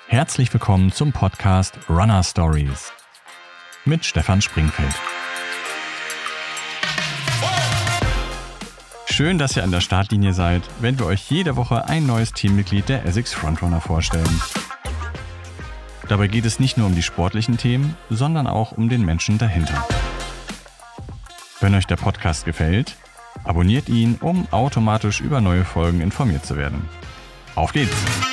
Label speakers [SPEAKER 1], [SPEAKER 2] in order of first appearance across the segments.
[SPEAKER 1] Herzlich willkommen zum Podcast Runner Stories mit Stefan Springfeld. Schön, dass ihr an der Startlinie seid, wenn wir euch jede Woche ein neues Teammitglied der Essex Frontrunner vorstellen. Dabei geht es nicht nur um die sportlichen Themen, sondern auch um den Menschen dahinter. Wenn euch der Podcast gefällt, abonniert ihn, um automatisch über neue Folgen informiert zu werden. Auf geht's!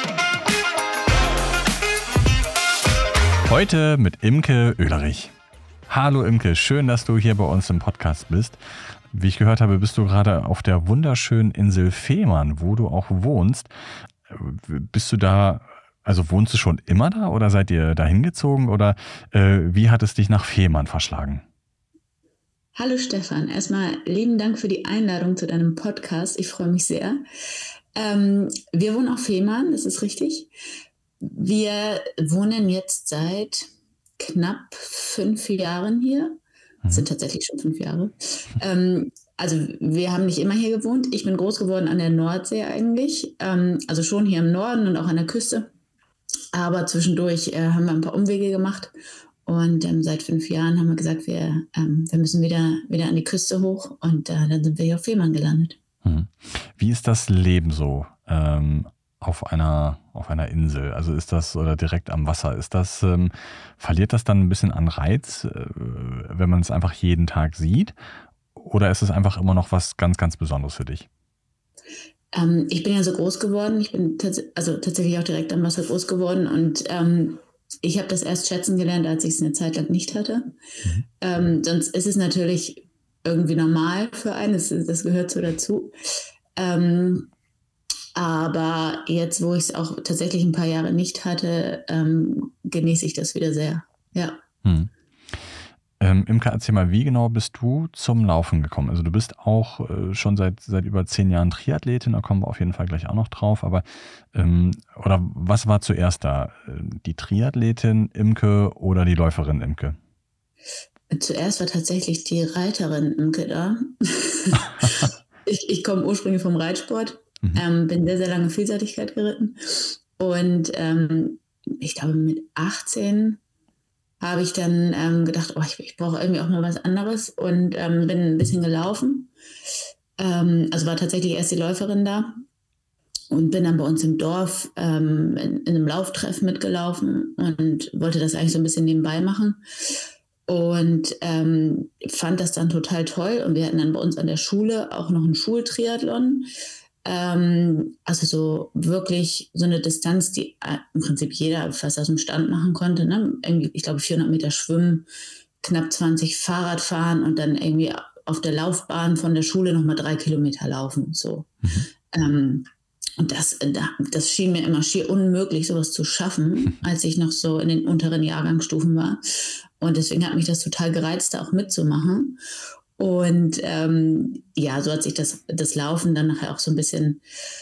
[SPEAKER 1] Heute mit Imke Oehlerich. Hallo Imke, schön, dass du hier bei uns im Podcast bist. Wie ich gehört habe, bist du gerade auf der wunderschönen Insel Fehmarn, wo du auch wohnst. Bist du da, also wohnst du schon immer da oder seid ihr da hingezogen oder wie hat es dich nach Fehmarn verschlagen?
[SPEAKER 2] Hallo Stefan, erstmal lieben Dank für die Einladung zu deinem Podcast. Ich freue mich sehr. Wir wohnen auf Fehmarn, das ist richtig. Wir wohnen jetzt seit knapp 5 Jahren hier. Das sind tatsächlich schon 5 Jahre. Also wir haben nicht immer hier gewohnt. Ich bin groß geworden an der Nordsee eigentlich. Also schon hier im Norden und auch an der Küste. Aber zwischendurch haben wir ein paar Umwege gemacht. Und seit 5 Jahren haben wir gesagt, wir müssen wieder an die Küste hoch. Und dann sind wir hier auf Fehmarn gelandet.
[SPEAKER 1] Wie ist das Leben so auf einer Insel? Also ist das oder direkt am Wasser? Ist das, verliert das dann ein bisschen an Reiz, wenn man es einfach jeden Tag sieht? Oder ist es einfach immer noch was ganz, ganz Besonderes für dich?
[SPEAKER 2] Ich bin ja so groß geworden. Ich bin tatsächlich auch direkt am Wasser groß geworden. Und ich habe das erst schätzen gelernt, als ich es eine Zeit lang nicht hatte. Sonst ist es natürlich irgendwie normal für einen. Das gehört so dazu. Aber jetzt, wo ich es auch tatsächlich ein paar Jahre nicht hatte, genieße ich das wieder sehr. Ja.
[SPEAKER 1] Imke, erzähl mal, wie genau bist du zum Laufen gekommen? Also du bist auch schon seit über 10 Jahren Triathletin, da kommen wir auf jeden Fall gleich auch noch drauf. Aber oder was war zuerst da? Die Triathletin Imke oder die Läuferin Imke?
[SPEAKER 2] Zuerst war tatsächlich die Reiterin Imke da. Ich komme ursprünglich vom Reitsport. Bin sehr, sehr lange Vielseitigkeit geritten und ich glaube mit 18 habe ich dann gedacht, ich brauche irgendwie auch mal was anderes und bin ein bisschen gelaufen. Also war tatsächlich erst die Läuferin da und bin dann bei uns im Dorf in einem Lauftreff mitgelaufen und wollte das eigentlich so ein bisschen nebenbei machen. Und fand das dann total toll. Und wir hatten dann bei uns an der Schule auch noch einen Schultriathlon. Also so wirklich so eine Distanz, die im Prinzip jeder fast aus dem Stand machen konnte. Ne? Irgendwie, ich glaube 400 Meter schwimmen, knapp 20 Fahrrad fahren und dann irgendwie auf der Laufbahn von der Schule nochmal 3 Kilometer laufen. So. Und das schien mir immer schier unmöglich, sowas zu schaffen, als ich noch so in den unteren Jahrgangsstufen war. Und deswegen hat mich das total gereizt, da auch mitzumachen. Und so hat sich das Laufen dann nachher auch so ein bisschen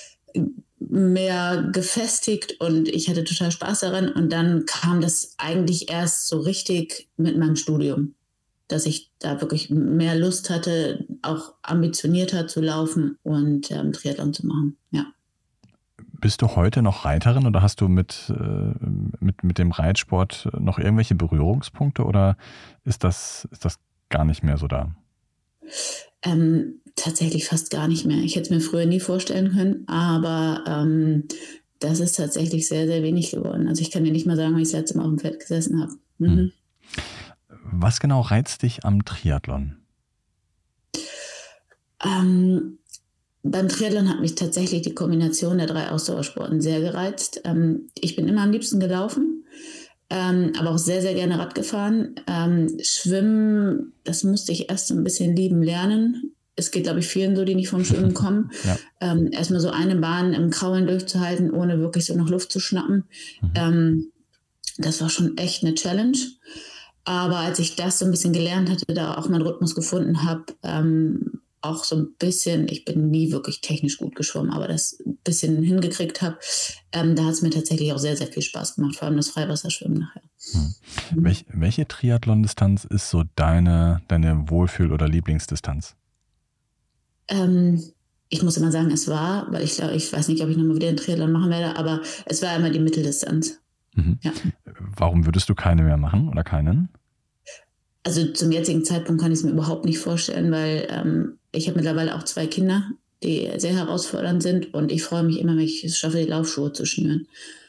[SPEAKER 2] mehr gefestigt und ich hatte total Spaß daran. Und dann kam das eigentlich erst so richtig mit meinem Studium, dass ich da wirklich mehr Lust hatte, auch ambitionierter zu laufen und Triathlon zu machen, ja.
[SPEAKER 1] Bist du heute noch Reiterin oder hast du mit dem Reitsport noch irgendwelche Berührungspunkte oder ist das gar nicht mehr so da?
[SPEAKER 2] Tatsächlich fast gar nicht mehr. Ich hätte es mir früher nie vorstellen können, aber das ist tatsächlich sehr, sehr wenig geworden. Also ich kann dir nicht mal sagen, wann ich das letzte Mal auf dem Pferd gesessen habe.
[SPEAKER 1] Was genau reizt dich am Triathlon?
[SPEAKER 2] Beim Triathlon hat mich tatsächlich die Kombination der 3 Ausdauersporten sehr gereizt. Ich bin immer am liebsten gelaufen, aber auch sehr, sehr gerne Rad gefahren. Schwimmen, das musste ich erst so ein bisschen lieben lernen. Es geht, glaube ich, vielen so, die nicht vom Schwimmen kommen. Ja. Erstmal so eine Bahn im Kraulen durchzuhalten, ohne wirklich so noch Luft zu schnappen. Das war schon echt eine Challenge. Aber als ich das so ein bisschen gelernt hatte, da auch meinen Rhythmus gefunden habe, auch so ein bisschen, ich bin nie wirklich technisch gut geschwommen, aber das ein bisschen hingekriegt habe, da hat es mir tatsächlich auch sehr, sehr viel Spaß gemacht, vor allem das Freiwasserschwimmen nachher.
[SPEAKER 1] Welche Triathlon-Distanz ist so deine Wohlfühl- oder Lieblingsdistanz?
[SPEAKER 2] Ich muss immer sagen, es war, weil ich glaube, ich weiß nicht, ob ich nochmal wieder einen Triathlon machen werde, aber es war immer die Mitteldistanz.
[SPEAKER 1] Mhm.
[SPEAKER 2] Ja.
[SPEAKER 1] Warum würdest du keine mehr machen oder keinen?
[SPEAKER 2] Also zum jetzigen Zeitpunkt kann ich es mir überhaupt nicht vorstellen, weil ich habe mittlerweile auch 2 Kinder, die sehr herausfordernd sind und ich freue mich immer, wenn ich es schaffe, die Laufschuhe zu schnüren.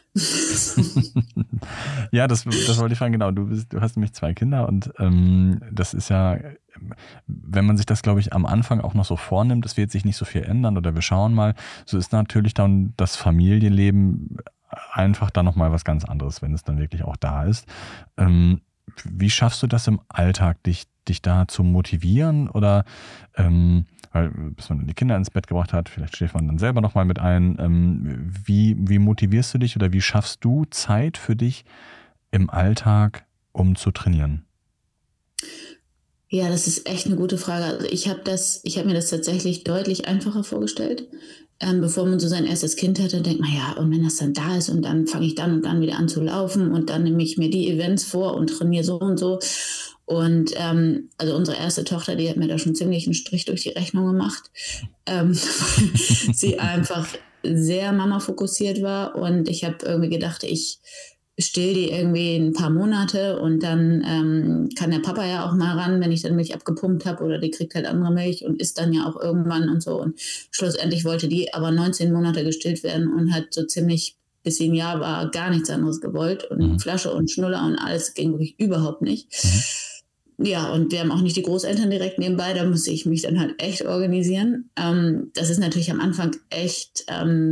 [SPEAKER 1] Ja, das wollte ich fragen, genau. Du hast nämlich 2 Kinder und das ist ja, wenn man sich das, glaube ich, am Anfang auch noch so vornimmt, es wird sich nicht so viel ändern oder wir schauen mal, so ist natürlich dann das Familienleben einfach dann nochmal was ganz anderes, wenn es dann wirklich auch da ist. Wie schaffst du das im Alltag, dich da zu motivieren oder weil bis man dann die Kinder ins Bett gebracht hat, vielleicht schläft man dann selber nochmal mit ein. Wie motivierst du dich oder wie schaffst du Zeit für dich im Alltag, um zu trainieren?
[SPEAKER 2] Ja, das ist echt eine gute Frage. Also, ich habe mir das tatsächlich deutlich einfacher vorgestellt. Bevor man so sein erstes Kind hatte, denkt man: „Ja, und wenn das dann da ist und dann fange ich dann und dann wieder an zu laufen und dann nehme ich mir die Events vor und trainiere so und so.“ Und, also, unsere erste Tochter, die hat mir da schon ziemlich einen Strich durch die Rechnung gemacht, weil sie einfach sehr Mama-fokussiert war und ich habe irgendwie gedacht, ich still die irgendwie ein paar Monate und dann kann der Papa ja auch mal ran, wenn ich dann Milch abgepumpt habe oder die kriegt halt andere Milch und isst dann ja auch irgendwann und so. Und schlussendlich wollte die aber 19 Monate gestillt werden und hat so ziemlich, bis sie ein Jahr war, gar nichts anderes gewollt. Und
[SPEAKER 1] Mhm.
[SPEAKER 2] Flasche und Schnuller und alles ging wirklich überhaupt nicht.
[SPEAKER 1] Mhm.
[SPEAKER 2] Ja, und wir haben auch nicht die Großeltern direkt nebenbei, da musste ich mich dann halt echt organisieren. Das ist natürlich am Anfang echt,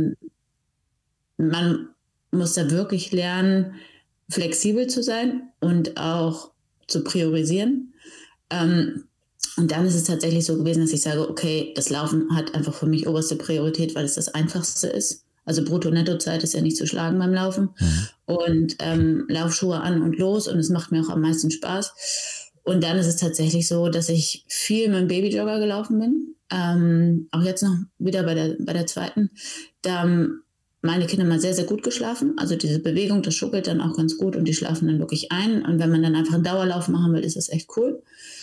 [SPEAKER 2] man muss da wirklich lernen, flexibel zu sein und auch zu priorisieren. Ähm, und dann ist es tatsächlich so gewesen, dass ich sage, okay, das Laufen hat einfach für mich oberste Priorität, weil es das Einfachste ist. Also Brutto-Netto-Zeit ist ja nicht zu schlagen beim Laufen.
[SPEAKER 1] Mhm.
[SPEAKER 2] Und Laufschuhe an und los und es macht mir auch am meisten Spaß. Und dann ist es tatsächlich so, dass ich viel mit dem Babyjogger gelaufen bin. Auch jetzt noch wieder bei der zweiten. Da haben meine Kinder mal sehr, sehr gut geschlafen. Also diese Bewegung, das schuckelt dann auch ganz gut und die schlafen dann wirklich ein. Und wenn man dann einfach einen Dauerlauf machen will, ist das echt cool.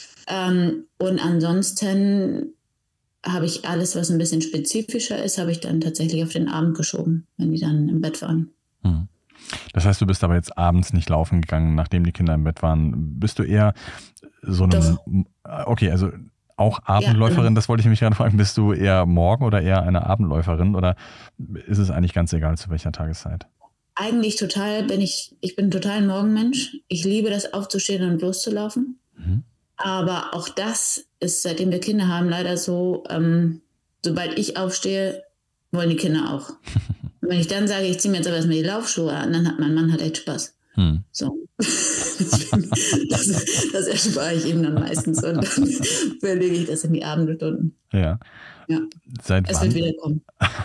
[SPEAKER 2] Und ansonsten habe ich alles, was ein bisschen spezifischer ist, habe ich dann tatsächlich auf den Abend geschoben, wenn die dann im Bett waren.
[SPEAKER 1] Mhm. Das heißt, du bist aber jetzt abends nicht laufen gegangen, nachdem die Kinder im Bett waren. Bist du eher so eine,
[SPEAKER 2] Doch,
[SPEAKER 1] okay, also auch
[SPEAKER 2] ja, genau.
[SPEAKER 1] Abendläuferin, das wollte ich mich gerade fragen. Bist du eher morgen oder eher eine Abendläuferin oder ist es eigentlich ganz egal, zu welcher Tageszeit?
[SPEAKER 2] Eigentlich ich bin total ein Morgenmensch. Ich liebe das aufzustehen und loszulaufen.
[SPEAKER 1] Mhm.
[SPEAKER 2] Aber auch das ist, seitdem wir Kinder haben, leider so, sobald ich aufstehe, wollen die Kinder auch. Und wenn ich dann sage, ich ziehe mir jetzt aber erstmal die Laufschuhe an, dann hat mein Mann halt echt Spaß.
[SPEAKER 1] Hm.
[SPEAKER 2] So. Deswegen, das erspare ich ihm dann meistens und dann verlege ich das in die Abendstunden.
[SPEAKER 1] Ja.
[SPEAKER 2] Ja,
[SPEAKER 1] Seit
[SPEAKER 2] es wird
[SPEAKER 1] wann?
[SPEAKER 2] wieder kommen.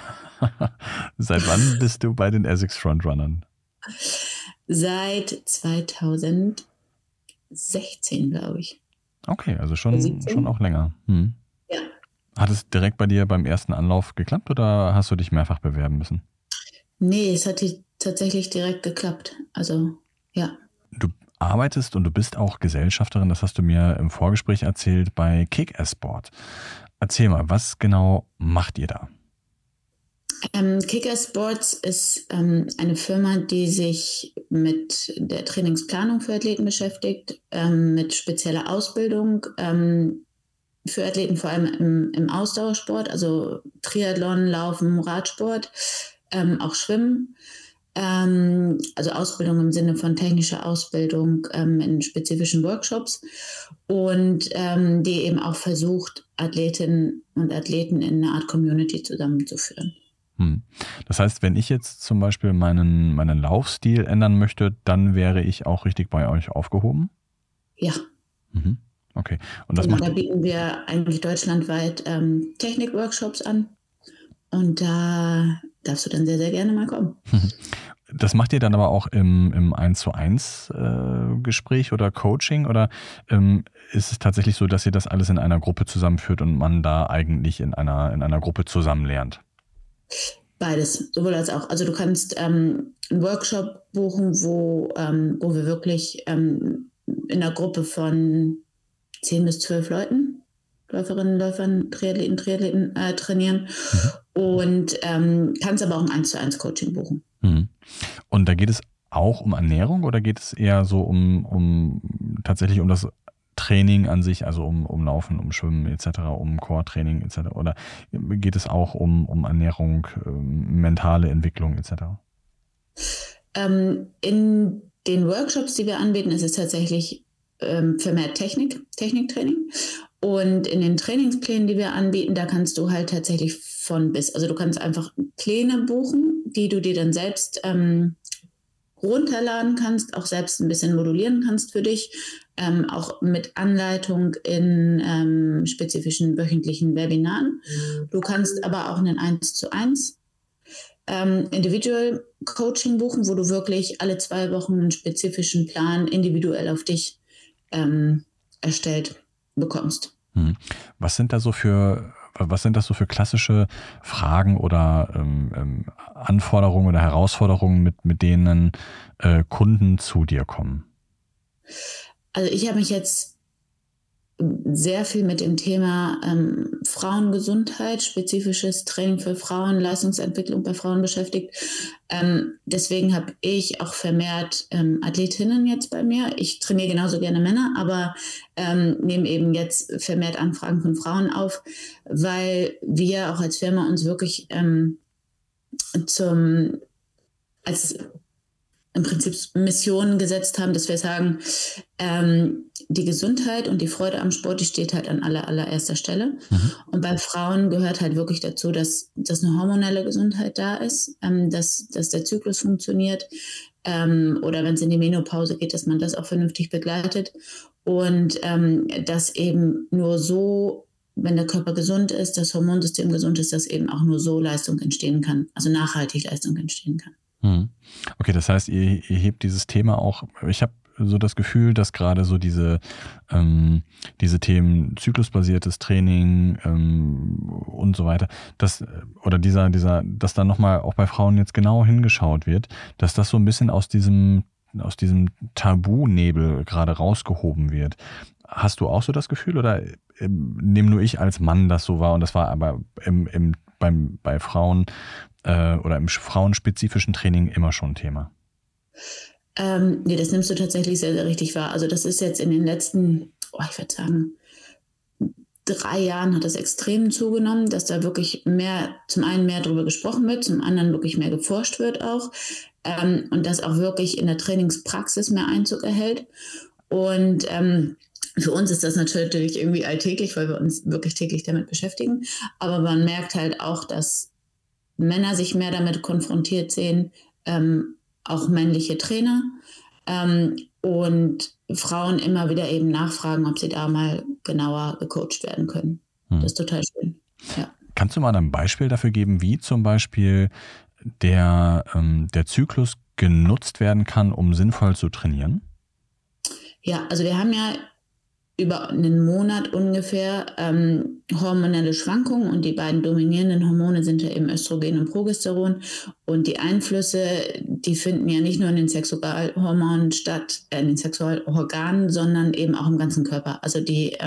[SPEAKER 1] Seit wann bist du bei den Essex Frontrunnern?
[SPEAKER 2] Seit 2016, glaube ich.
[SPEAKER 1] Okay, also
[SPEAKER 2] Oder
[SPEAKER 1] schon
[SPEAKER 2] 17?
[SPEAKER 1] auch länger. Hm.
[SPEAKER 2] Ja.
[SPEAKER 1] Hat es direkt bei dir beim ersten Anlauf geklappt oder hast du dich mehrfach bewerben müssen?
[SPEAKER 2] Nee, es hat tatsächlich direkt geklappt. Also, ja.
[SPEAKER 1] Du arbeitest und du bist auch Gesellschafterin, das hast du mir im Vorgespräch erzählt, bei Kick-Sport. Erzähl mal, was genau macht ihr da?
[SPEAKER 2] Kicker Sports ist eine Firma, die sich mit der Trainingsplanung für Athleten beschäftigt, mit spezieller Ausbildung für Athleten, vor allem im Ausdauersport, also Triathlon, Laufen, Radsport, auch Schwimmen. Also Ausbildung im Sinne von technischer Ausbildung in spezifischen Workshops und die eben auch versucht, Athletinnen und Athleten in eine Art Community zusammenzuführen.
[SPEAKER 1] Hm. Das heißt, wenn ich jetzt zum Beispiel meinen Laufstil ändern möchte, dann wäre ich auch richtig bei euch aufgehoben?
[SPEAKER 2] Ja,
[SPEAKER 1] Mhm. Okay. Und das
[SPEAKER 2] genau,
[SPEAKER 1] macht
[SPEAKER 2] da bieten wir eigentlich deutschlandweit Technikworkshops an und da darfst du dann sehr, sehr gerne mal kommen.
[SPEAKER 1] das macht ihr dann aber auch im 1:1 Gespräch oder Coaching oder ist es tatsächlich so, dass ihr das alles in einer Gruppe zusammenführt und man da eigentlich in einer Gruppe zusammen lernt?
[SPEAKER 2] Beides, sowohl als auch. Also du kannst einen Workshop buchen, wo wir wirklich in einer Gruppe von 10 bis 12 Leuten, Läuferinnen, Läufern, Triathleten trainieren
[SPEAKER 1] Mhm.
[SPEAKER 2] und kannst aber auch ein 1:1 Coaching buchen.
[SPEAKER 1] Mhm. Und da geht es auch um Ernährung oder geht es eher so tatsächlich um das Training an sich, also um Laufen, um Schwimmen etc., um Core-Training etc.? Oder geht es auch um Ernährung, mentale Entwicklung etc.?
[SPEAKER 2] In den Workshops, die wir anbieten, ist es tatsächlich vermehrt Techniktraining. Und in den Trainingsplänen, die wir anbieten, da kannst du halt tatsächlich von bis. Also du kannst einfach Pläne buchen, die du dir dann selbst runterladen kannst, auch selbst ein bisschen modulieren kannst für dich, auch mit Anleitung in spezifischen wöchentlichen Webinaren. Du kannst aber auch einen 1:1 Individual Coaching buchen, wo du wirklich alle 2 Wochen einen spezifischen Plan individuell auf dich erstellt bekommst.
[SPEAKER 1] Was sind das so für klassische Fragen oder Anforderungen oder Herausforderungen, mit denen Kunden zu dir kommen?
[SPEAKER 2] Also ich habe mich jetzt sehr viel mit dem Thema Frauengesundheit, spezifisches Training für Frauen, Leistungsentwicklung bei Frauen beschäftigt. Deswegen habe ich auch vermehrt Athletinnen jetzt bei mir. Ich trainiere genauso gerne Männer, aber nehme eben jetzt vermehrt Anfragen von Frauen auf, weil wir auch als Firma uns wirklich als im Prinzip Missionen gesetzt haben, dass wir sagen, die Gesundheit und die Freude am Sport, die steht halt an allererster Stelle. Und bei Frauen gehört halt wirklich dazu, dass eine hormonelle Gesundheit da ist, dass der Zyklus funktioniert oder wenn es in die Menopause geht, dass man das auch vernünftig begleitet und dass eben nur so, wenn der Körper gesund ist, das Hormonsystem gesund ist, dass eben auch nur so Leistung entstehen kann, also nachhaltig Leistung entstehen kann.
[SPEAKER 1] Okay, das heißt, ihr hebt dieses Thema auch, ich habe so das Gefühl, dass gerade so diese Themen zyklusbasiertes Training und so weiter, dass da nochmal auch bei Frauen jetzt genau hingeschaut wird, dass das so ein bisschen aus diesem Tabunebel gerade rausgehoben wird. Hast du auch so das Gefühl oder nehme nur ich als Mann das so wahr und das war aber bei Frauen oder im frauenspezifischen Training immer schon Thema?
[SPEAKER 2] Nee, das nimmst du tatsächlich sehr, sehr richtig wahr. Also das ist jetzt in den letzten, ich würde sagen, 3 Jahren hat das extrem zugenommen, dass da wirklich zum einen mehr darüber gesprochen wird, zum anderen wirklich mehr geforscht wird auch und das auch wirklich in der Trainingspraxis mehr Einzug erhält. Und für uns ist das natürlich irgendwie alltäglich, weil wir uns wirklich täglich damit beschäftigen. Aber man merkt halt auch, dass Männer sich mehr damit konfrontiert sehen, auch männliche Trainer und Frauen immer wieder eben nachfragen, ob sie da mal genauer gecoacht werden können. Das ist total schön. Ja.
[SPEAKER 1] Kannst du mal ein Beispiel dafür geben, wie zum Beispiel der Zyklus genutzt werden kann, um sinnvoll zu trainieren?
[SPEAKER 2] Ja, also wir haben ja über einen Monat ungefähr hormonelle Schwankungen und die beiden dominierenden Hormone sind ja eben Östrogen und Progesteron und die Einflüsse, die finden ja nicht nur in den Sexualhormonen statt, in den Sexualorganen, sondern eben auch im ganzen Körper. Also die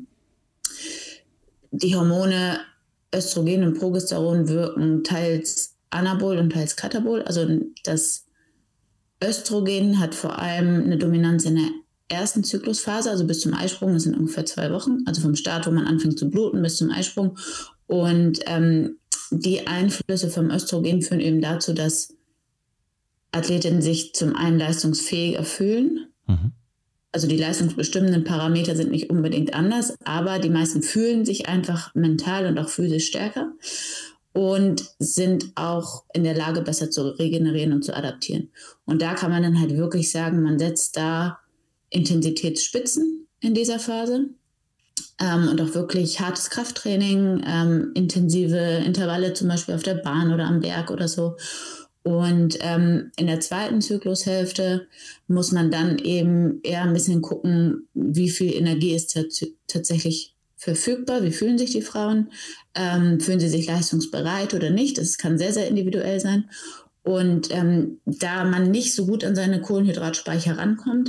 [SPEAKER 2] Hormone Östrogen und Progesteron wirken teils anabol und teils katabol. Also das Östrogen hat vor allem eine Dominanz in der ersten Zyklusphase, also bis zum Eisprung, das sind ungefähr 2 Wochen, also vom Start, wo man anfängt zu bluten, bis zum Eisprung. Und die Einflüsse vom Östrogen führen eben dazu, dass Athletinnen sich zum einen leistungsfähiger fühlen. Also die leistungsbestimmenden Parameter sind nicht unbedingt anders, aber die meisten fühlen sich einfach mental und auch physisch stärker und sind auch in der Lage, besser zu regenerieren und zu adaptieren. Und da kann man dann halt wirklich sagen, man setzt da Intensitätsspitzen in dieser Phase und auch wirklich hartes Krafttraining, intensive Intervalle zum Beispiel auf der Bahn oder am Berg oder so. Und in der zweiten Zyklushälfte muss man dann eben eher ein bisschen gucken, wie viel Energie ist tatsächlich verfügbar, wie fühlen sich die Frauen, fühlen sie sich leistungsbereit oder nicht. Das kann sehr, sehr individuell sein. Und da man nicht so gut an seine Kohlenhydratspeicher rankommt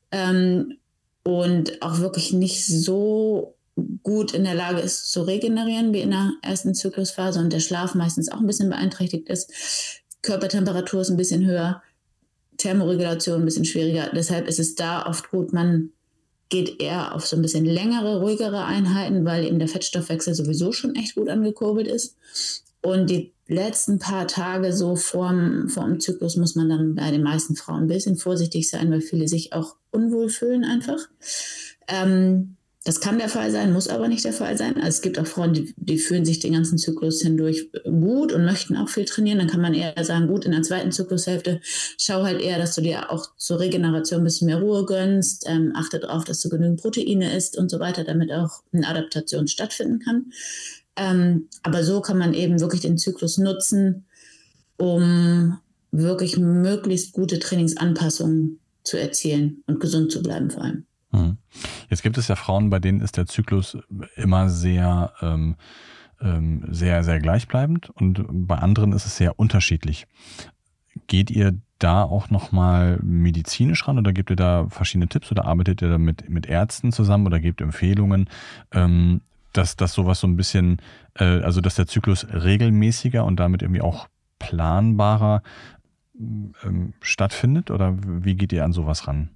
[SPEAKER 2] und auch wirklich nicht so gut in der Lage ist zu regenerieren wie in der ersten Zyklusphase und der Schlaf meistens auch ein bisschen beeinträchtigt ist, Körpertemperatur ist ein bisschen höher, Thermoregulation ein bisschen schwieriger. Deshalb ist es da oft gut, man geht eher auf so ein bisschen längere, ruhigere Einheiten, weil eben der Fettstoffwechsel sowieso schon echt gut angekurbelt ist. Und die letzten paar Tage so vor dem Zyklus muss man dann bei den meisten Frauen ein bisschen vorsichtig sein, weil viele sich auch unwohl fühlen einfach. Das kann der Fall sein, muss aber nicht der Fall sein. Also es gibt auch Frauen, die fühlen sich den ganzen Zyklus hindurch gut und möchten auch viel trainieren. Dann kann man eher sagen, gut, in der zweiten Zyklushälfte schau halt eher, dass du dir auch zur Regeneration ein bisschen mehr Ruhe gönnst. Achte darauf, dass du genügend Proteine isst und so weiter, damit auch eine Adaptation stattfinden kann. Aber so kann man eben wirklich den Zyklus nutzen, um wirklich möglichst gute Trainingsanpassungen zu erzielen und gesund zu bleiben vor allem.
[SPEAKER 1] Jetzt gibt es ja Frauen, bei denen ist der Zyklus immer sehr, sehr, sehr gleichbleibend und bei anderen ist es sehr unterschiedlich. Geht ihr da auch nochmal medizinisch ran oder gebt ihr da verschiedene Tipps oder arbeitet ihr da mit Ärzten zusammen oder gebt Empfehlungen, dass sowas so ein bisschen, also dass der Zyklus regelmäßiger und damit irgendwie auch planbarer stattfindet oder wie geht ihr an sowas ran?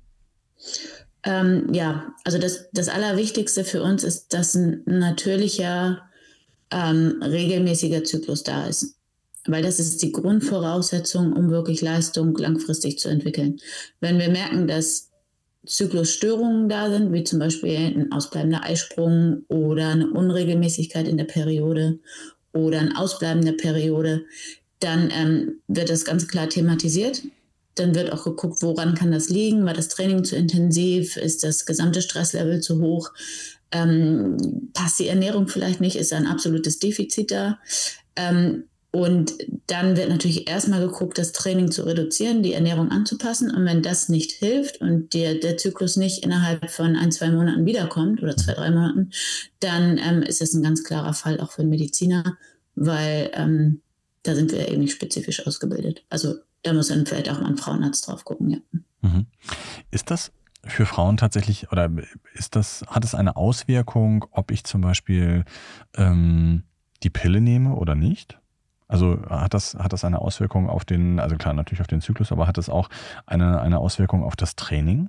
[SPEAKER 2] Ja, also das Allerwichtigste für uns ist, dass ein natürlicher, regelmäßiger Zyklus da ist. Weil das ist die Grundvoraussetzung, um wirklich Leistung langfristig zu entwickeln. Wenn wir merken, dass Zyklusstörungen da sind, wie zum Beispiel ein ausbleibender Eisprung oder eine Unregelmäßigkeit in der Periode oder ein Ausbleiben der Periode, dann wird das ganz klar thematisiert. Dann wird auch geguckt, woran kann das liegen? War das Training zu intensiv? Ist das gesamte Stresslevel zu hoch? Passt die Ernährung vielleicht nicht? Ist ein absolutes Defizit da? Und dann wird natürlich erstmal geguckt, das Training zu reduzieren, die Ernährung anzupassen. Und wenn das nicht hilft und der Zyklus nicht innerhalb von 1-2 Monaten wiederkommt oder 2-3 Monaten, dann ist das ein ganz klarer Fall auch für einen Mediziner, weil da sind wir eben nicht spezifisch ausgebildet. Also da muss dann vielleicht auch mal ein Frauenarzt drauf gucken, ja.
[SPEAKER 1] Ist das für Frauen tatsächlich, oder hat es eine Auswirkung, ob ich zum Beispiel die Pille nehme oder nicht? Also hat das eine Auswirkung auf also klar, natürlich auf den Zyklus, aber hat es auch eine Auswirkung auf das Training?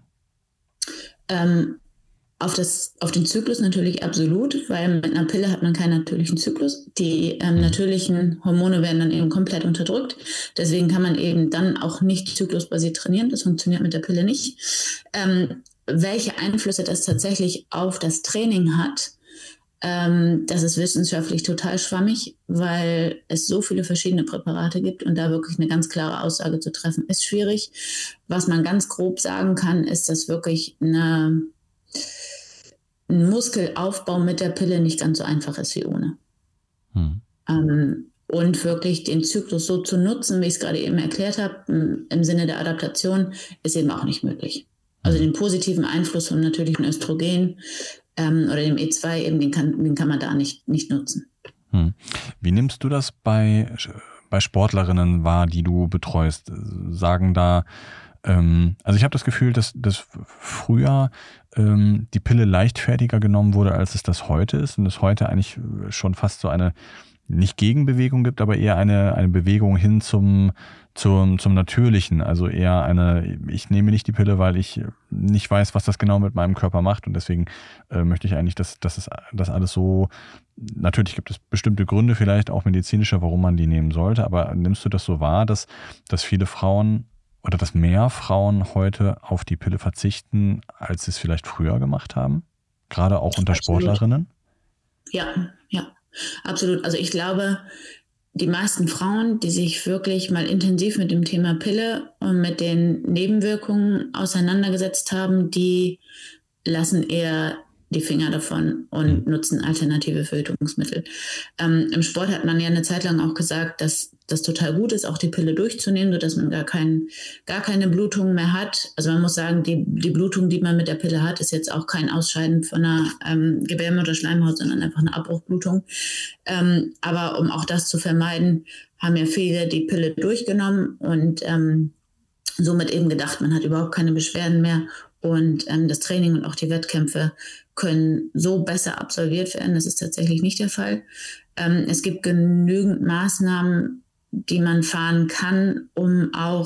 [SPEAKER 2] Auf den Zyklus natürlich absolut, weil mit einer Pille hat man keinen natürlichen Zyklus. Die natürlichen Hormone werden dann eben komplett unterdrückt. Deswegen kann man eben dann auch nicht zyklusbasiert trainieren. Das funktioniert mit der Pille nicht. Welche Einflüsse das tatsächlich auf das Training hat, das ist wissenschaftlich total schwammig, weil es so viele verschiedene Präparate gibt und da wirklich eine ganz klare Aussage zu treffen, ist schwierig. Was man ganz grob sagen kann, ist, dass wirklich ein Muskelaufbau mit der Pille nicht ganz so einfach ist wie ohne. Und wirklich den Zyklus so zu nutzen, wie ich es gerade eben erklärt habe, im Sinne der Adaptation, ist eben auch nicht möglich. Also den positiven Einfluss von natürlichen Östrogen oder dem E2, eben den kann man da nicht nutzen.
[SPEAKER 1] Wie nimmst du das bei Sportlerinnen wahr, die du betreust? Sagen da, also ich habe das Gefühl, dass früher die Pille leichtfertiger genommen wurde, als es das heute ist und es heute eigentlich schon fast so eine, nicht Gegenbewegung gibt, aber eher eine Bewegung hin zum Natürlichen. Also eher ich nehme nicht die Pille, weil ich nicht weiß, was das genau mit meinem Körper macht und deswegen möchte ich eigentlich, dass das alles so, natürlich gibt es bestimmte Gründe, vielleicht auch medizinische, warum man die nehmen sollte, aber nimmst du das so wahr, dass viele Frauen oder dass mehr Frauen heute auf die Pille verzichten, als sie es vielleicht früher gemacht haben? Gerade auch unter
[SPEAKER 2] Absolut.
[SPEAKER 1] Sportlerinnen?
[SPEAKER 2] Ja, absolut. Also ich glaube, die meisten Frauen, die sich wirklich mal intensiv mit dem Thema Pille und mit den Nebenwirkungen auseinandergesetzt haben, die lassen eher die Finger davon und nutzen alternative Verhütungsmittel. Im Sport hat man ja eine Zeit lang auch gesagt, dass das total gut ist, auch die Pille durchzunehmen, sodass man gar keine Blutung mehr hat. Also man muss sagen, die Blutung, die man mit der Pille hat, ist jetzt auch kein Ausscheiden von einer Gebärmutterschleimhaut, sondern einfach eine Abbruchblutung. Aber um auch das zu vermeiden, haben ja viele die Pille durchgenommen und somit eben gedacht, man hat überhaupt keine Beschwerden mehr und das Training und auch die Wettkämpfe können so besser absolviert werden. Das ist tatsächlich nicht der Fall. Es gibt genügend Maßnahmen, die man fahren kann, um auch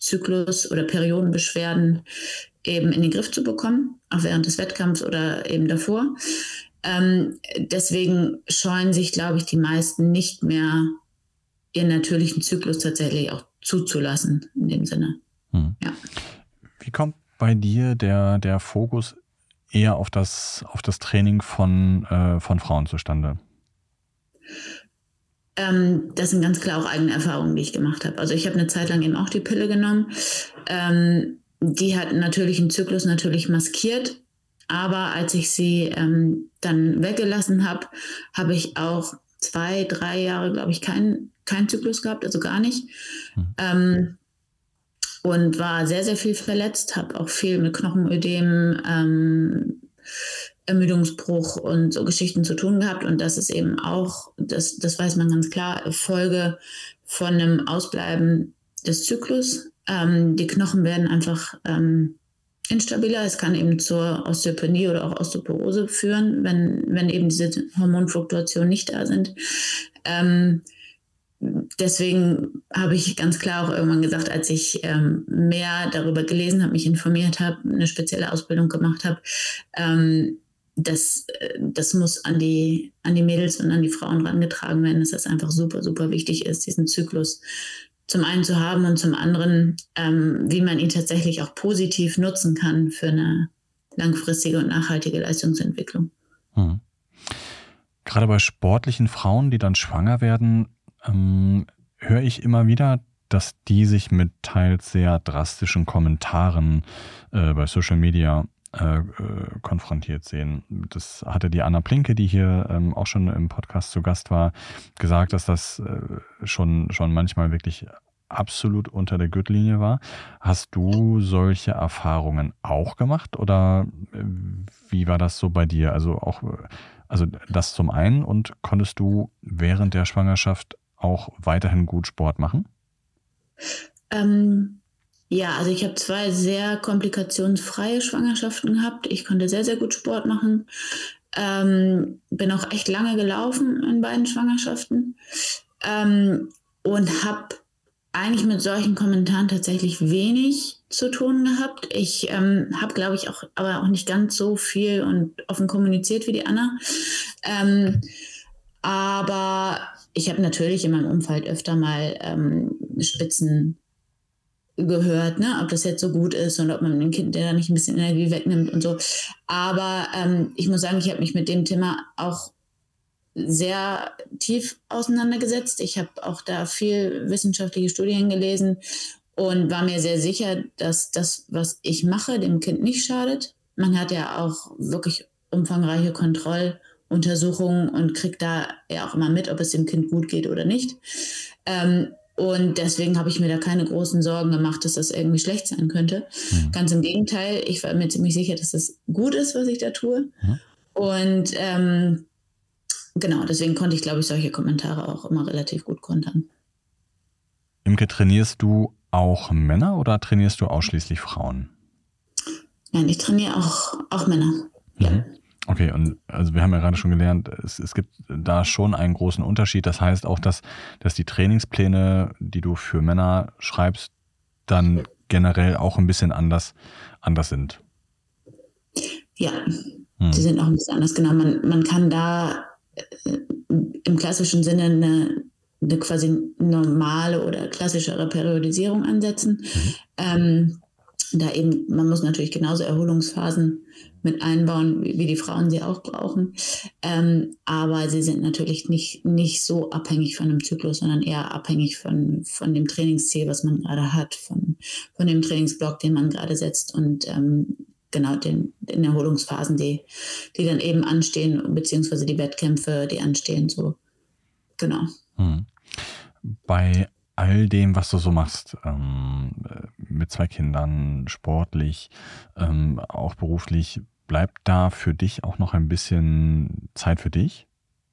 [SPEAKER 2] Zyklus- oder Periodenbeschwerden eben in den Griff zu bekommen, auch während des Wettkampfs oder eben davor. Deswegen scheuen sich, glaube ich, die meisten nicht mehr, ihren natürlichen Zyklus tatsächlich auch zuzulassen, in dem Sinne. Ja.
[SPEAKER 1] Wie kommt bei dir der Fokus eher auf das Training von Frauen zustande?
[SPEAKER 2] Das sind ganz klar auch eigene Erfahrungen, die ich gemacht habe. Also ich habe eine Zeit lang eben auch die Pille genommen. Die hat natürlichen Zyklus natürlich maskiert. Aber als ich sie dann weggelassen habe, habe ich auch 2, 3 Jahre, glaube ich, keinen Zyklus gehabt, also gar nicht. Und war sehr, sehr viel verletzt, habe auch viel mit Knochenödem, Ermüdungsbruch und so Geschichten zu tun gehabt. Und das ist eben auch, das weiß man ganz klar, Folge von einem Ausbleiben des Zyklus. Die Knochen werden einfach instabiler. Es kann eben zur Osteopenie oder auch Osteoporose führen, wenn eben diese Hormonfluktuationen nicht da sind. Deswegen habe ich ganz klar auch irgendwann gesagt, als ich mehr darüber gelesen habe, mich informiert habe, eine spezielle Ausbildung gemacht habe, das muss an die Mädels und an die Frauen herangetragen werden, dass das einfach super, super wichtig ist, diesen Zyklus zum einen zu haben und zum anderen, wie man ihn tatsächlich auch positiv nutzen kann für eine langfristige und nachhaltige Leistungsentwicklung.
[SPEAKER 1] Gerade bei sportlichen Frauen, die dann schwanger werden, höre ich immer wieder, dass die sich mit teils sehr drastischen Kommentaren bei Social Media konfrontiert sehen. Das hatte die Anna Plinke, die hier auch schon im Podcast zu Gast war, gesagt, dass das schon manchmal wirklich absolut unter der Gürtellinie war. Hast du solche Erfahrungen auch gemacht oder wie war das so bei dir? Also das zum einen, und konntest du während der Schwangerschaft auch weiterhin gut Sport machen?
[SPEAKER 2] Ja, also ich habe 2 sehr komplikationsfreie Schwangerschaften gehabt. Ich konnte sehr, sehr gut Sport machen. Bin auch echt lange gelaufen in beiden Schwangerschaften und habe eigentlich mit solchen Kommentaren tatsächlich wenig zu tun gehabt. Ich habe, glaube ich, aber auch nicht ganz so viel und offen kommuniziert wie die Anna. Aber ich habe natürlich in meinem Umfeld öfter mal Spitzen gehört, ne, ob das jetzt so gut ist und ob man dem Kind da nicht ein bisschen Energie wegnimmt und so. Aber ich muss sagen, ich habe mich mit dem Thema auch sehr tief auseinandergesetzt. Ich habe auch da viel wissenschaftliche Studien gelesen und war mir sehr sicher, dass das, was ich mache, dem Kind nicht schadet. Man hat ja auch wirklich umfangreiche Kontrolluntersuchungen und kriegt da ja auch immer mit, ob es dem Kind gut geht oder nicht. Und deswegen habe ich mir da keine großen Sorgen gemacht, dass das irgendwie schlecht sein könnte. Ganz im Gegenteil, ich war mir ziemlich sicher, dass das gut ist, was ich da tue. Und genau, deswegen konnte ich, glaube ich, solche Kommentare auch immer relativ gut kontern.
[SPEAKER 1] Imke, trainierst du auch Männer oder trainierst du ausschließlich Frauen?
[SPEAKER 2] Nein, ich trainiere auch Männer. Ja.
[SPEAKER 1] Okay, und also wir haben ja gerade schon gelernt, es gibt da schon einen großen Unterschied. Das heißt auch, dass die Trainingspläne, die du für Männer schreibst, dann generell auch ein bisschen anders sind.
[SPEAKER 2] Ja, die sind auch ein bisschen anders. Genau, man kann da im klassischen Sinne eine quasi normale oder klassischere Periodisierung ansetzen. Da eben, man muss natürlich genauso Erholungsphasen mit einbauen, wie die Frauen sie auch brauchen. Aber sie sind natürlich nicht so abhängig von dem Zyklus, sondern eher abhängig von dem Trainingsziel, was man gerade hat, von dem Trainingsblock, den man gerade setzt und genau den Erholungsphasen, die dann eben anstehen, beziehungsweise die Wettkämpfe, die anstehen, so. Genau.
[SPEAKER 1] Bei all dem, was du so machst, mit 2 Kindern, sportlich, auch beruflich, bleibt da für dich auch noch ein bisschen Zeit für dich?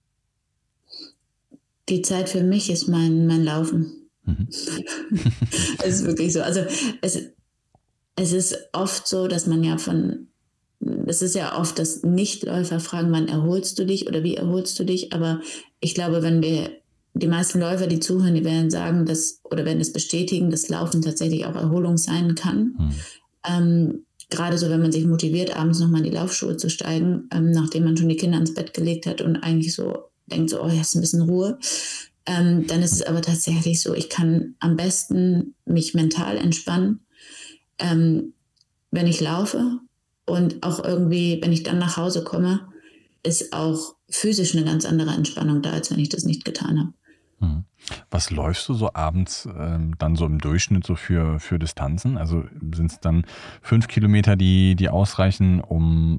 [SPEAKER 2] Die Zeit für mich ist mein Laufen. Es ist wirklich so. Also es ist oft so, dass man ja es ist ja oft, dass Nichtläufer fragen, wann erholst du dich oder wie erholst du dich? Aber ich glaube, wenn wir die meisten Läufer, die zuhören, die werden sagen, oder werden es bestätigen, dass Laufen tatsächlich auch Erholung sein kann. Gerade so, wenn man sich motiviert, abends nochmal in die Laufschuhe zu steigen, nachdem man schon die Kinder ins Bett gelegt hat und eigentlich so denkt, so, oh, jetzt ein bisschen Ruhe. Dann ist es aber tatsächlich so, ich kann am besten mich mental entspannen, wenn ich laufe, und auch irgendwie, wenn ich dann nach Hause komme, ist auch physisch eine ganz andere Entspannung da, als wenn ich das nicht getan habe.
[SPEAKER 1] Was läufst du so abends dann so im Durchschnitt so für Distanzen? Also sind es dann 5 Kilometer, die ausreichen, um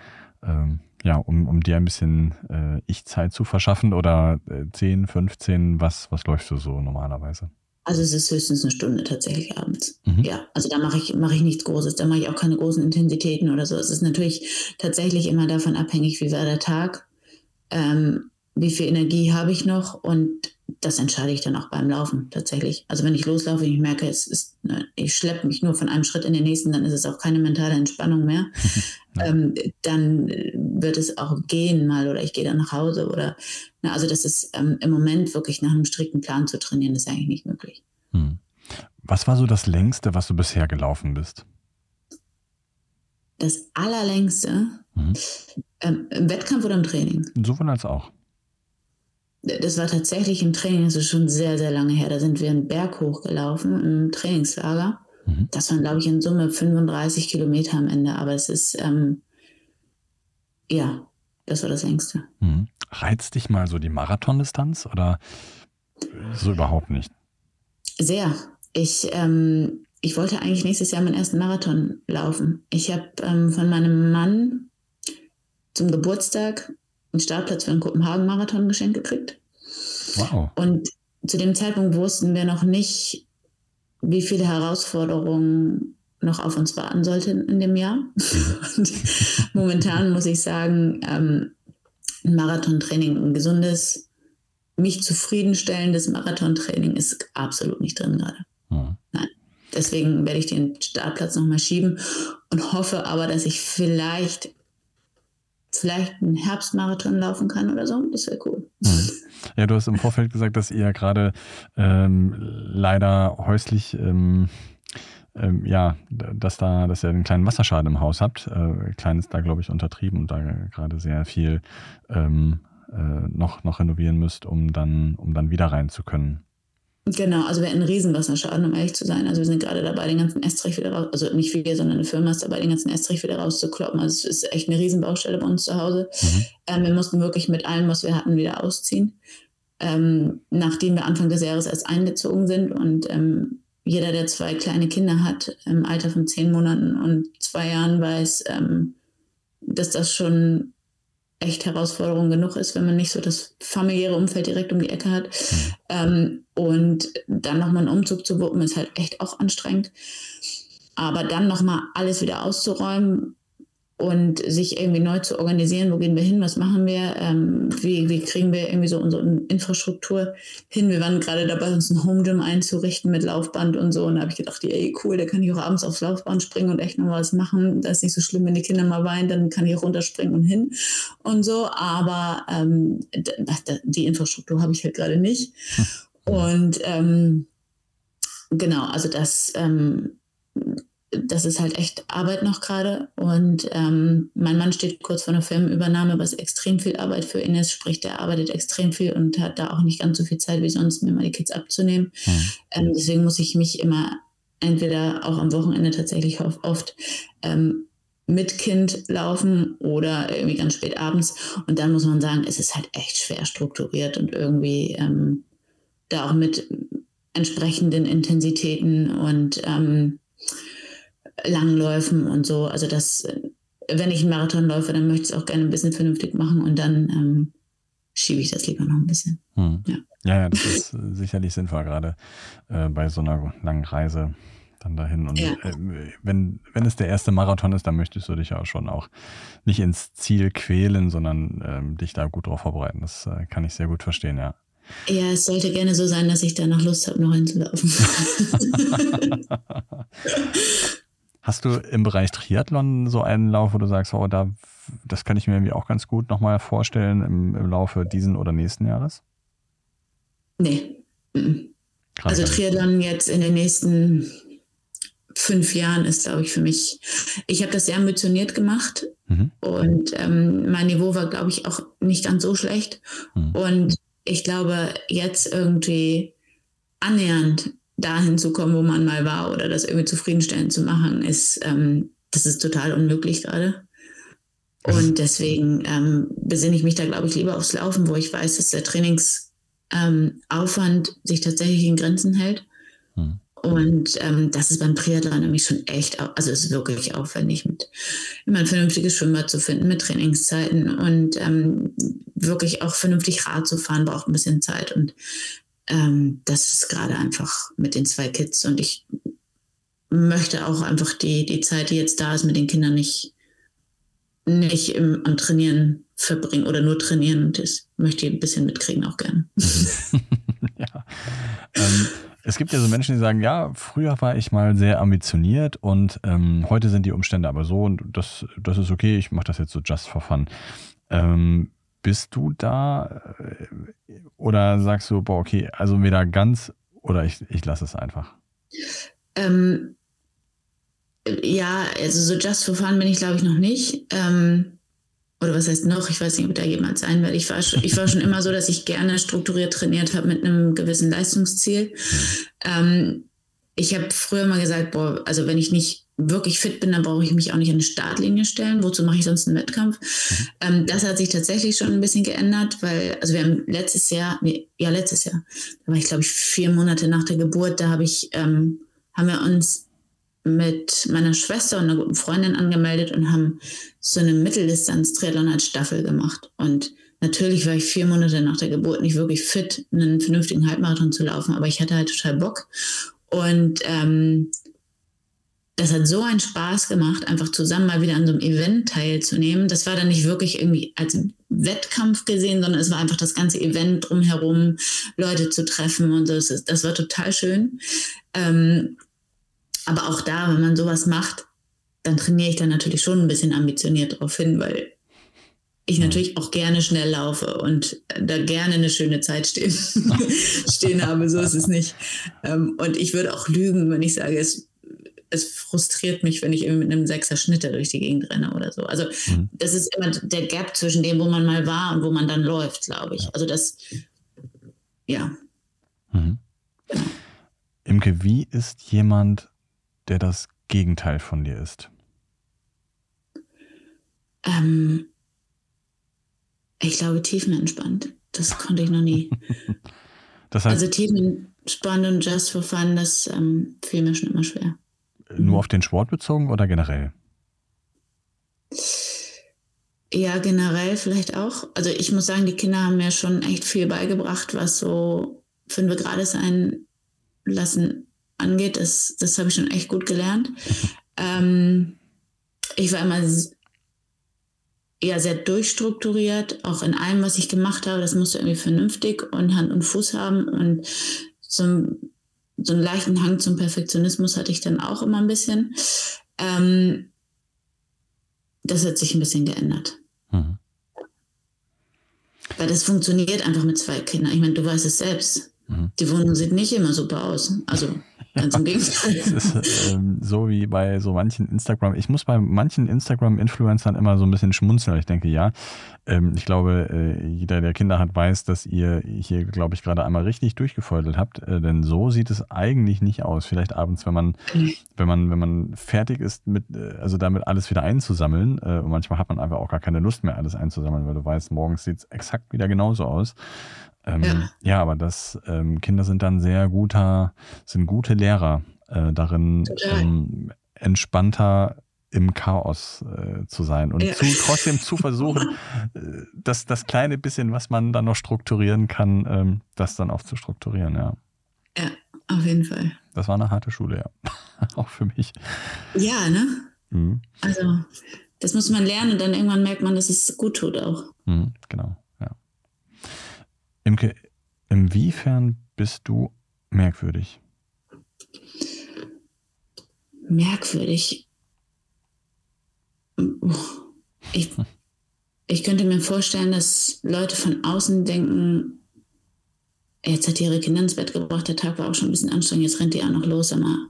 [SPEAKER 1] dir ein bisschen Ich-Zeit zu verschaffen, oder 10, 15? Was läufst du so normalerweise?
[SPEAKER 2] Also es ist höchstens eine Stunde tatsächlich abends. Ja, also da mache ich nichts Großes, da mache ich auch keine großen Intensitäten oder so. Es ist natürlich tatsächlich immer davon abhängig, wie war der Tag, wie viel Energie habe ich noch, und das entscheide ich dann auch beim Laufen tatsächlich. Also wenn ich loslaufe und ich merke, ich schleppe mich nur von einem Schritt in den nächsten, dann ist es auch keine mentale Entspannung mehr. Dann wird es auch gehen mal, oder ich gehe dann nach Hause also das ist im Moment wirklich nach einem strikten Plan zu trainieren, ist eigentlich nicht möglich.
[SPEAKER 1] Was war so das Längste, was du bisher gelaufen bist?
[SPEAKER 2] Das Allerlängste? Im Wettkampf oder im Training?
[SPEAKER 1] Sowohl als auch.
[SPEAKER 2] Das war tatsächlich im Training, das ist schon sehr, sehr lange her. Da sind wir einen Berg hochgelaufen im Trainingslager. Das waren, glaube ich, in Summe 35 Kilometer am Ende. Aber es ist, das war das Längste.
[SPEAKER 1] Reizt dich mal so die Marathondistanz oder so überhaupt nicht?
[SPEAKER 2] Sehr. Ich wollte eigentlich nächstes Jahr meinen ersten Marathon laufen. Ich habe von meinem Mann zum Geburtstag einen Startplatz für einen Kopenhagen-Marathon geschenkt gekriegt.
[SPEAKER 1] Wow.
[SPEAKER 2] Und zu dem Zeitpunkt wussten wir noch nicht, wie viele Herausforderungen noch auf uns warten sollten in dem Jahr. Und momentan muss ich sagen, ein Marathontraining, ein gesundes, mich zufriedenstellendes Marathontraining ist absolut nicht drin gerade. Nein. Deswegen werde ich den Startplatz nochmal schieben und hoffe aber, dass ich vielleicht einen Herbstmarathon laufen kann oder so. Das wäre cool.
[SPEAKER 1] Ja, du hast im Vorfeld gesagt, dass ihr gerade leider häuslich dass ihr einen kleinen Wasserschaden im Haus habt. Klein ist da, glaube ich, untertrieben, und da gerade sehr viel noch renovieren müsst, um dann wieder rein zu können.
[SPEAKER 2] Genau, also wir hatten einen Riesenwasserschaden, um ehrlich zu sein. Also wir sind gerade dabei, den ganzen Estrich wieder raus, also nicht wir, sondern eine Firma ist dabei, den ganzen Estrich wieder rauszukloppen. Also es ist echt eine Riesenbaustelle bei uns zu Hause. Wir mussten wirklich mit allem, was wir hatten, wieder ausziehen, nachdem wir Anfang des Jahres erst eingezogen sind. Und jeder, der 2 kleine Kinder hat, im Alter von 10 Monaten und 2 Jahren, weiß, dass das schon echt Herausforderung genug ist, wenn man nicht so das familiäre Umfeld direkt um die Ecke hat. Und dann nochmal einen Umzug zu wuppen, ist halt echt auch anstrengend. Aber dann nochmal alles wieder auszuräumen und sich irgendwie neu zu organisieren, wo gehen wir hin, was machen wir, wie kriegen wir irgendwie so unsere Infrastruktur hin. Wir waren gerade dabei, uns ein Home Gym einzurichten mit Laufband und so, und da habe ich gedacht, ey, cool, da kann ich auch abends aufs Laufband springen und echt noch was machen. Das ist nicht so schlimm, wenn die Kinder mal weinen, dann kann ich auch runterspringen und hin und so, aber die Infrastruktur habe ich halt gerade nicht. Und genau, also das ist halt echt Arbeit noch gerade, und mein Mann steht kurz vor einer Firmenübernahme, was extrem viel Arbeit für ihn ist, sprich, der arbeitet extrem viel und hat da auch nicht ganz so viel Zeit wie sonst, mir mal die Kids abzunehmen. Deswegen muss ich mich immer entweder auch am Wochenende tatsächlich oft mit Kind laufen oder irgendwie ganz spät abends, und dann muss man sagen, es ist halt echt schwer strukturiert und irgendwie da auch mit entsprechenden Intensitäten und Langläufen und so. Also wenn ich einen Marathon läufe, dann möchte ich es auch gerne ein bisschen vernünftig machen, und dann schiebe ich das lieber noch ein bisschen.
[SPEAKER 1] Ja, das ist sicherlich sinnvoll, gerade bei so einer langen Reise dann dahin. Und wenn es der erste Marathon ist, dann möchtest du dich ja schon auch nicht ins Ziel quälen, sondern dich da gut drauf vorbereiten. Das kann ich sehr gut verstehen, ja.
[SPEAKER 2] Ja, es sollte gerne so sein, dass ich da noch Lust habe, noch hinzulaufen.
[SPEAKER 1] Hast du im Bereich Triathlon so einen Lauf, wo du sagst, das kann ich mir irgendwie auch ganz gut nochmal vorstellen im Laufe diesen oder nächsten Jahres?
[SPEAKER 2] Nee.
[SPEAKER 1] Gerade
[SPEAKER 2] Also
[SPEAKER 1] gar nicht.
[SPEAKER 2] Triathlon jetzt in den nächsten 5 Jahren ist, glaube ich, für mich, ich habe das sehr ambitioniert gemacht und mein Niveau war, glaube ich, auch nicht ganz so schlecht. Und ich glaube, jetzt irgendwie annähernd dahin zu kommen, wo man mal war oder das irgendwie zufriedenstellend zu machen, das ist total unmöglich gerade. Und deswegen besinne ich mich da, glaube ich, lieber aufs Laufen, wo ich weiß, dass der Trainingsaufwand sich tatsächlich in Grenzen hält. Und das ist beim Triathlon nämlich schon echt, also es ist wirklich aufwendig, mit immer ein vernünftiges Schwimmbad zu finden, mit Trainingszeiten und wirklich auch vernünftig Rad zu fahren, braucht ein bisschen Zeit. Und das ist gerade einfach mit den 2 Kids. Und ich möchte auch einfach die Zeit, die jetzt da ist, mit den Kindern nicht am Trainieren verbringen oder nur trainieren. Und das möchte ich ein bisschen mitkriegen auch gerne.
[SPEAKER 1] Ja. Es gibt ja so Menschen, die sagen, ja, früher war ich mal sehr ambitioniert und heute sind die Umstände aber so und das ist okay, ich mache das jetzt so just for fun. Bist du da oder sagst du, boah, okay, also weder ganz oder ich lasse es einfach?
[SPEAKER 2] Ja, also so just for fun bin ich, glaube ich, noch nicht. Oder was heißt noch? Ich weiß nicht, ob da jemand sein wird. Ich war schon immer so, dass ich gerne strukturiert trainiert habe mit einem gewissen Leistungsziel. Ich habe früher mal gesagt, boah, also wenn ich nicht wirklich fit bin, dann brauche ich mich auch nicht an eine Startlinie stellen. Wozu mache ich sonst einen Wettkampf? Das hat sich tatsächlich schon ein bisschen geändert, weil, also wir haben letztes Jahr, da war ich, glaube ich, 4 Monate nach der Geburt, da haben wir uns mit meiner Schwester und einer guten Freundin angemeldet und haben so eine Mitteldistanz-Triathlon als Staffel gemacht. Und natürlich war ich 4 Monate nach der Geburt nicht wirklich fit, einen vernünftigen Halbmarathon zu laufen, aber ich hatte halt total Bock. Und das hat so einen Spaß gemacht, einfach zusammen mal wieder an so einem Event teilzunehmen. Das war dann nicht wirklich irgendwie als Wettkampf gesehen, sondern es war einfach das ganze Event drumherum, Leute zu treffen und so. Das war total schön. Aber auch da, wenn man sowas macht, dann trainiere ich dann natürlich schon ein bisschen ambitioniert drauf hin, weil ich natürlich auch gerne schnell laufe und da gerne eine schöne Zeit stehen habe. So ist es nicht. Und ich würde auch lügen, wenn ich sage, es frustriert mich, wenn ich irgendwie mit einem 6er Schnitter durch die Gegend renne oder so. Also das ist immer der Gap zwischen dem, wo man mal war und wo man dann läuft, glaube ich. Also das, ja.
[SPEAKER 1] Imke, wie ist jemand, der das Gegenteil von dir ist?
[SPEAKER 2] Ich glaube, tiefenentspannt. Das konnte ich noch nie.
[SPEAKER 1] Das heißt,
[SPEAKER 2] also tiefenentspannt und just for fun, das fiel mir schon immer schwer.
[SPEAKER 1] Nur auf den Sport bezogen oder generell?
[SPEAKER 2] Ja, generell vielleicht auch. Also ich muss sagen, die Kinder haben mir schon echt viel beigebracht, was so 5 Grad sein lassen angeht. Das habe ich schon echt gut gelernt. Ich war immer sehr durchstrukturiert, auch in allem, was ich gemacht habe. Das musste irgendwie vernünftig und Hand und Fuß haben. Und so einen leichten Hang zum Perfektionismus hatte ich dann auch immer ein bisschen. Das hat sich ein bisschen geändert. Weil das funktioniert einfach mit 2 Kindern. Ich meine, du weißt es selbst. Die Wohnung sieht nicht immer super aus. Also ganz im Gegenteil.
[SPEAKER 1] Es ist so wie bei so manchen ich muss bei manchen Instagram-Influencern immer so ein bisschen schmunzeln, weil ich denke, ja, ich glaube, jeder, der Kinder hat, weiß, dass ihr hier, glaube ich, gerade einmal richtig durchgefeudelt habt, denn so sieht es eigentlich nicht aus. Vielleicht abends, wenn man fertig ist, also damit alles wieder einzusammeln, und manchmal hat man einfach auch gar keine Lust mehr, alles einzusammeln, weil du weißt, morgens sieht es exakt wieder genauso aus. Ja, aber Kinder sind dann sind gute Lehrer darin, entspannter im Chaos zu sein und trotzdem zu versuchen, das kleine bisschen, was man dann noch strukturieren kann, das dann auch zu strukturieren, ja.
[SPEAKER 2] Ja, auf jeden Fall.
[SPEAKER 1] Das war eine harte Schule, ja. Auch für mich.
[SPEAKER 2] Ja, ne? Also, das muss man lernen und dann irgendwann merkt man, dass es gut tut auch.
[SPEAKER 1] Genau, ja. Imke, inwiefern bist du merkwürdig?
[SPEAKER 2] Merkwürdig. Ich könnte mir vorstellen, dass Leute von außen denken, Jetzt hat die ihre Kinder ins Bett gebracht, der Tag war auch schon ein bisschen anstrengend, jetzt rennt die auch noch los, aber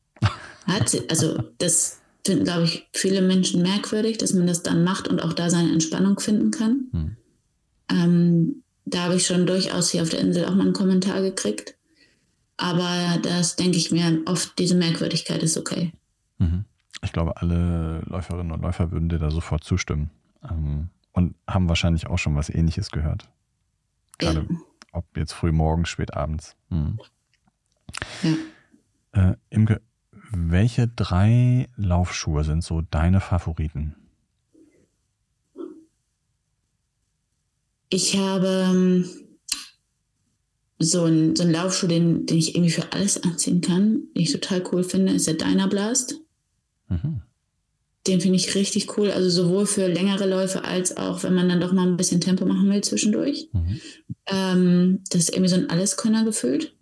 [SPEAKER 2] das finden, glaube ich, viele Menschen merkwürdig, dass man das dann macht und auch da seine Entspannung finden kann. Da habe ich schon durchaus hier auf der Insel auch mal einen Kommentar gekriegt. Aber das denke ich mir oft, diese Merkwürdigkeit ist okay.
[SPEAKER 1] Ich glaube, alle Läuferinnen und Läufer würden dir da sofort zustimmen. Und haben wahrscheinlich auch schon was Ähnliches gehört. Gerade ob jetzt früh morgens, spät abends. Ja. Imke, welche 3 Laufschuhe sind so deine Favoriten?
[SPEAKER 2] Ich habe so einen Laufschuh, den ich irgendwie für alles anziehen kann, den ich total cool finde, ist der Dynablast. Den finde ich richtig cool, also sowohl für längere Läufe als auch, wenn man dann doch mal ein bisschen Tempo machen will zwischendurch. Das ist irgendwie so ein Alleskönner gefühlt.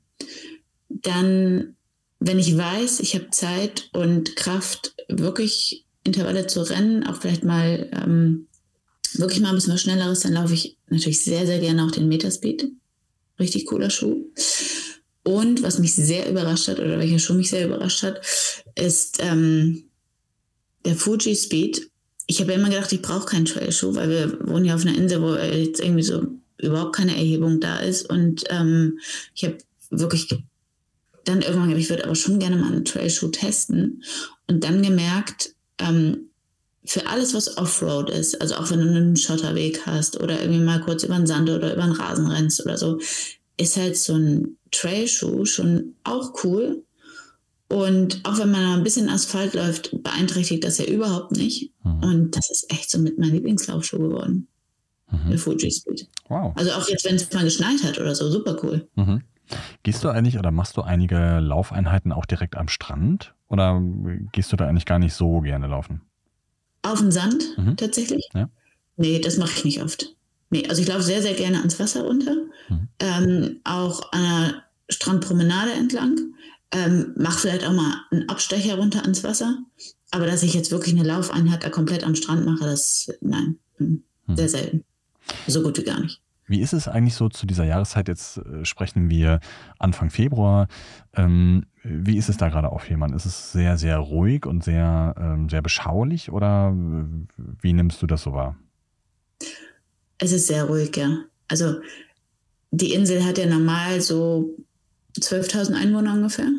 [SPEAKER 2] Dann, wenn ich weiß, ich habe Zeit und Kraft, wirklich Intervalle zu rennen, auch vielleicht mal wirklich mal ein bisschen was Schnelleres, dann laufe ich natürlich sehr, sehr gerne auch den Metaspeed. Richtig cooler Schuh. Und was mich sehr überrascht hat, oder welcher Schuh mich sehr überrascht hat, ist der Fuji Speed. Ich habe ja immer gedacht, ich brauche keinen Trailschuh, weil wir wohnen ja auf einer Insel, wo jetzt irgendwie so überhaupt keine Erhebung da ist. Und ich habe wirklich dann irgendwann gedacht, ich würde aber schon gerne mal einen Trailschuh testen. Und dann gemerkt, für alles, was Offroad ist, also auch wenn du einen Schotterweg hast oder irgendwie mal kurz über den Sand oder über den Rasen rennst oder so, ist halt so ein Trailschuh schon auch cool. Und auch wenn man ein bisschen Asphalt läuft, beeinträchtigt das ja überhaupt nicht. Und das ist echt so mit meinem Lieblingslaufschuh geworden. Der Fuji Speed.
[SPEAKER 1] Wow.
[SPEAKER 2] Also auch jetzt, wenn es mal geschneit hat oder so, super cool.
[SPEAKER 1] Gehst du eigentlich oder machst du einige Laufeinheiten auch direkt am Strand? Oder gehst du da eigentlich gar nicht so gerne laufen?
[SPEAKER 2] Auf den Sand tatsächlich?
[SPEAKER 1] Ja.
[SPEAKER 2] Nee, das mache ich nicht oft. Nee, also ich laufe sehr, sehr gerne ans Wasser runter. Auch an der Strandpromenade entlang. Mache vielleicht auch mal einen Abstecher runter ans Wasser. Aber dass ich jetzt wirklich eine Laufeinheit da komplett am Strand mache, nein, sehr selten. So gut wie gar nicht.
[SPEAKER 1] Wie ist es eigentlich so zu dieser Jahreszeit? Jetzt sprechen wir Anfang Februar. Wie ist es da gerade auf Fehmarn? Ist es sehr, sehr ruhig und sehr, sehr beschaulich oder wie nimmst du das so wahr?
[SPEAKER 2] Es ist sehr ruhig, ja. Also die Insel hat ja normal so 12.000 Einwohner ungefähr.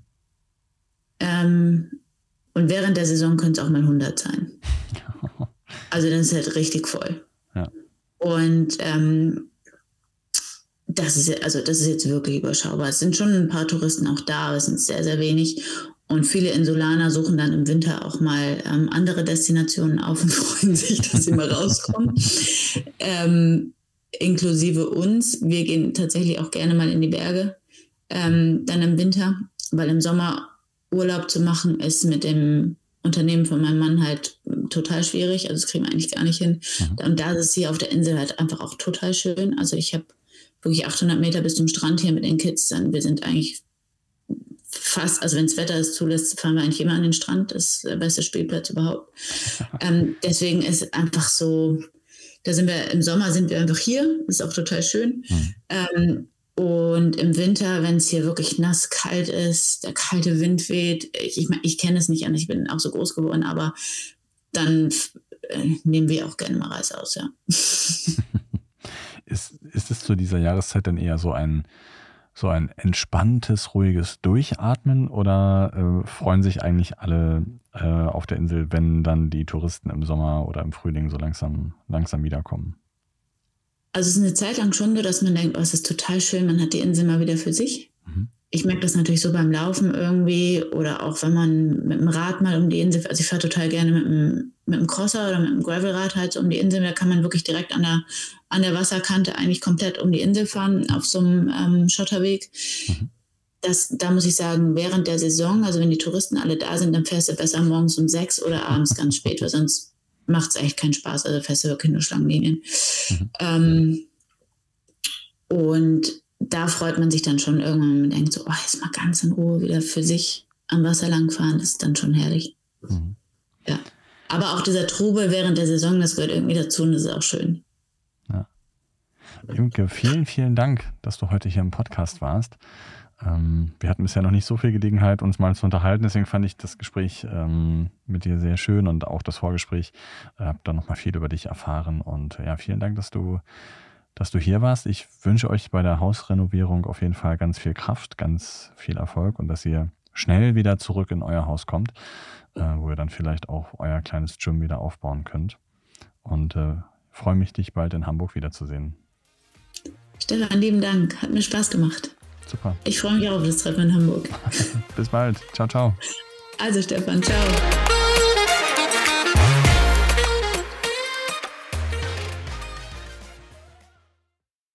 [SPEAKER 2] Und während der Saison können es auch mal 100 sein. Also dann ist es halt richtig voll.
[SPEAKER 1] Ja.
[SPEAKER 2] Und das ist jetzt wirklich überschaubar. Es sind schon ein paar Touristen auch da, aber es sind sehr, sehr wenig. Und viele Insulaner suchen dann im Winter auch mal andere Destinationen auf und freuen sich, dass sie mal rauskommen. Inklusive uns. Wir gehen tatsächlich auch gerne mal in die Berge, dann im Winter, weil im Sommer Urlaub zu machen ist mit dem Unternehmen von meinem Mann halt total schwierig. Also das kriegen wir eigentlich gar nicht hin. Und da ist es hier auf der Insel halt einfach auch total schön. Also ich habe wirklich 800 Meter bis zum Strand hier mit den Kids. Wir sind eigentlich fast, also wenn das Wetter es zulässt, fahren wir eigentlich immer an den Strand. Das ist der beste Spielplatz überhaupt. Deswegen ist einfach so, im Sommer sind wir einfach hier. Das ist auch total schön. Und im Winter, wenn es hier wirklich nass kalt ist, der kalte Wind weht, ich kenne es nicht an, ich bin auch so groß geworden, aber dann nehmen wir auch gerne mal Reis aus, ja.
[SPEAKER 1] Ist es zu dieser Jahreszeit dann eher so ein entspanntes, ruhiges Durchatmen oder freuen sich eigentlich alle auf der Insel, wenn dann die Touristen im Sommer oder im Frühling so langsam wiederkommen?
[SPEAKER 2] Also es ist eine Zeit lang schon so, dass man denkt, es ist total schön, man hat die Insel mal wieder für sich. Ich merke das natürlich so beim Laufen irgendwie oder auch wenn man mit dem Rad mal um die Insel, also ich fahre total gerne mit dem Crosser oder mit dem Gravelrad halt so um die Insel, da kann man wirklich direkt an der eigentlich komplett um die Insel fahren auf so einem Schotterweg. Da muss ich sagen, während der Saison, also wenn die Touristen alle da sind, dann fährst du besser morgens um 6 oder abends ganz spät, weil sonst macht es echt keinen Spaß, also fährst du wirklich nur Schlangenlinien. Und da freut man sich dann schon irgendwann, wenn man denkt so, jetzt mal ganz in Ruhe wieder für sich am Wasser langfahren, das ist dann schon herrlich. Ja. Aber auch dieser Trubel während der Saison, das gehört irgendwie dazu und das ist auch schön.
[SPEAKER 1] Ja. Imke, vielen, vielen Dank, dass du heute hier im Podcast warst. Wir hatten bisher noch nicht so viel Gelegenheit, uns mal zu unterhalten. Deswegen fand ich das Gespräch mit dir sehr schön und auch das Vorgespräch. Habe da nochmal viel über dich erfahren. Und ja, vielen Dank, dass du hier warst. Ich wünsche euch bei der Hausrenovierung auf jeden Fall ganz viel Kraft, ganz viel Erfolg und dass ihr schnell wieder zurück in euer Haus kommt, wo ihr dann vielleicht auch euer kleines Gym wieder aufbauen könnt. Und freue mich, dich bald in Hamburg wiederzusehen.
[SPEAKER 2] Stefan, lieben Dank. Hat mir Spaß gemacht.
[SPEAKER 1] Super.
[SPEAKER 2] Ich freue mich auch auf das Treffen in Hamburg.
[SPEAKER 1] Bis bald. Ciao, ciao.
[SPEAKER 2] Also Stefan, ciao.